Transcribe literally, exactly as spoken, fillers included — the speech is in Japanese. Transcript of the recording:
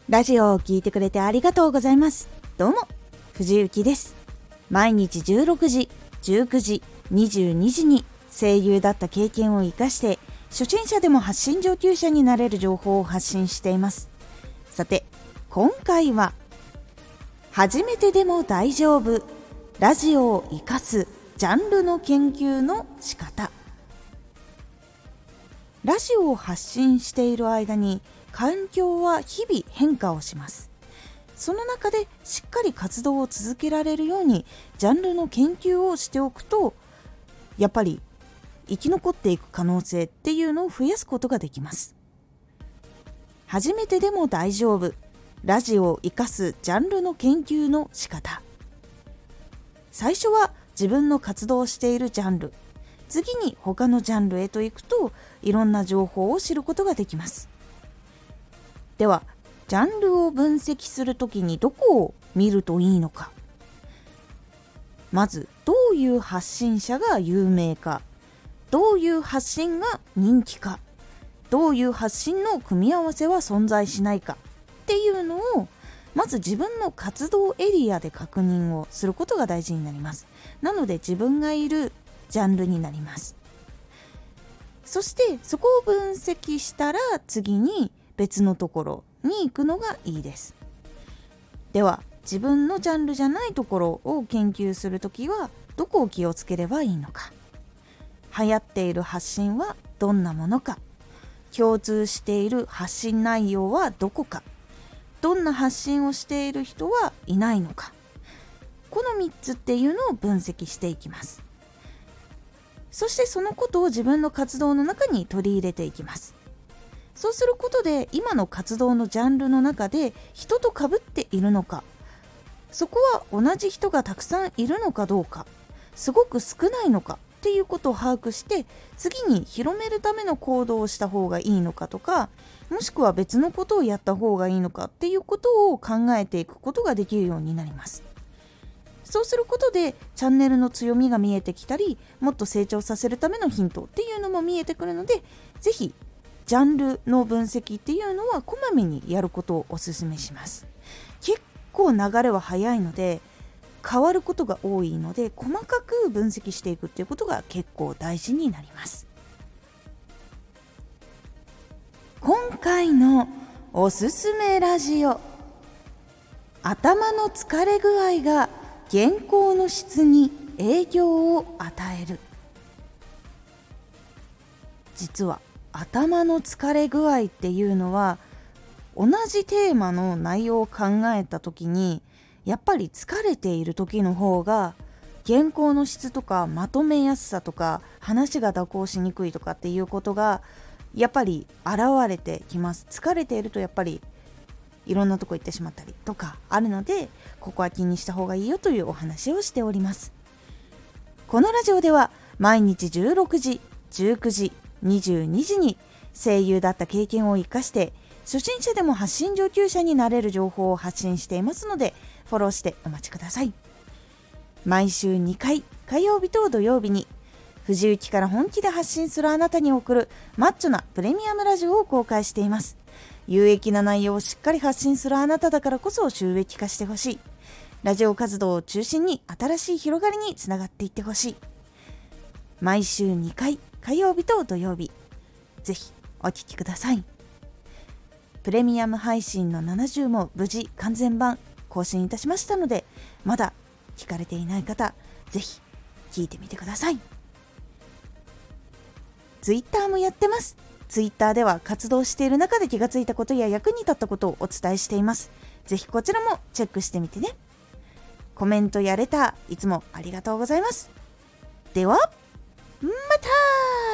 ラジオを聞いてくれてありがとうございます。どうも藤幸です。毎日じゅうろくじ、じゅうくじ、にじゅうにじに声優だった経験を生かして初心者でも発信上級者になれる情報を発信しています。さて今回は初めてでも大丈夫、ラジオを生かすジャンルの研究の仕方。ラジオを発信している間に環境は日々変化をします。その中でしっかり活動を続けられるようにジャンルの研究をしておくと、やっぱり生き残っていく可能性っていうのを増やすことができます。初めてでも大丈夫、ラジオを生かすジャンルの研究の仕方。最初は自分の活動しているジャンル、次に他のジャンルへと行くといろんな情報を知ることができます。ではジャンルを分析するときにどこを見るといいのか。まずどういう発信者が有名か、どういう発信が人気か、どういう発信の組み合わせは存在しないかっていうのをまず自分の活動エリアで確認をすることが大事になります。なので自分がいるジャンルになります。そしてそこを分析したら次に別のところに行くのがいいです。では自分のジャンルじゃないところを研究するときはどこを気をつければいいのか、流行っている発信はどんなものか、共通している発信内容はどこか、どんな発信をしている人はいないのか、このみっつっていうのを分析していきます。そしてそのことを自分の活動の中に取り入れていきます。そうすることで今の活動のジャンルの中で人と被っているのか、そこは同じ人がたくさんいるのかどうか、すごく少ないのかっていうことを把握して次に広めるための行動をした方がいいのかとか、もしくは別のことをやった方がいいのかっていうことを考えていくことができるようになります。そうすることでチャンネルの強みが見えてきたり、もっと成長させるためのヒントっていうのも見えてくるので、ぜひジャンルの分析っていうのはこまめにやることをお勧めします。結構流れは早いので変わることが多いので、細かく分析していくっていうことが結構大事になります。今回のおすすめラジオ、頭の疲れ具合が原稿の質に影響を与える。実は頭の疲れ具合っていうのは同じテーマの内容を考えた時にやっぱり疲れている時の方が原稿の質とかまとめやすさとか話が蛇行しにくいとかっていうことがやっぱり現れてきます。疲れているとやっぱりいろんなとこ行ってしまったりとかあるので、ここは気にした方がいいよというお話をしております。このラジオでは毎日じゅうろくじ、じゅうくじ、にじゅうにじに声優だった経験を生かして初心者でも発信上級者になれる情報を発信していますので、フォローしてお待ちください。毎週にかい、火曜日と土曜日に藤幸から本気で発信するあなたに送るマッチョなプレミアムラジオを公開しています。有益な内容をしっかり発信するあなただからこそ収益化してほしい。ラジオ活動を中心に新しい広がりにつながっていってほしい。毎週にかい、火曜日と土曜日、ぜひお聞きください。プレミアム配信のななじゅうも無事完全版更新いたしましたので、まだ聞かれていない方ぜひ聞いてみてください。ツイッターもやってます。ツイッターでは活動している中で気がついたことや役に立ったことをお伝えしています。ぜひこちらもチェックしてみてね。コメントやレターいつもありがとうございます。ではまた。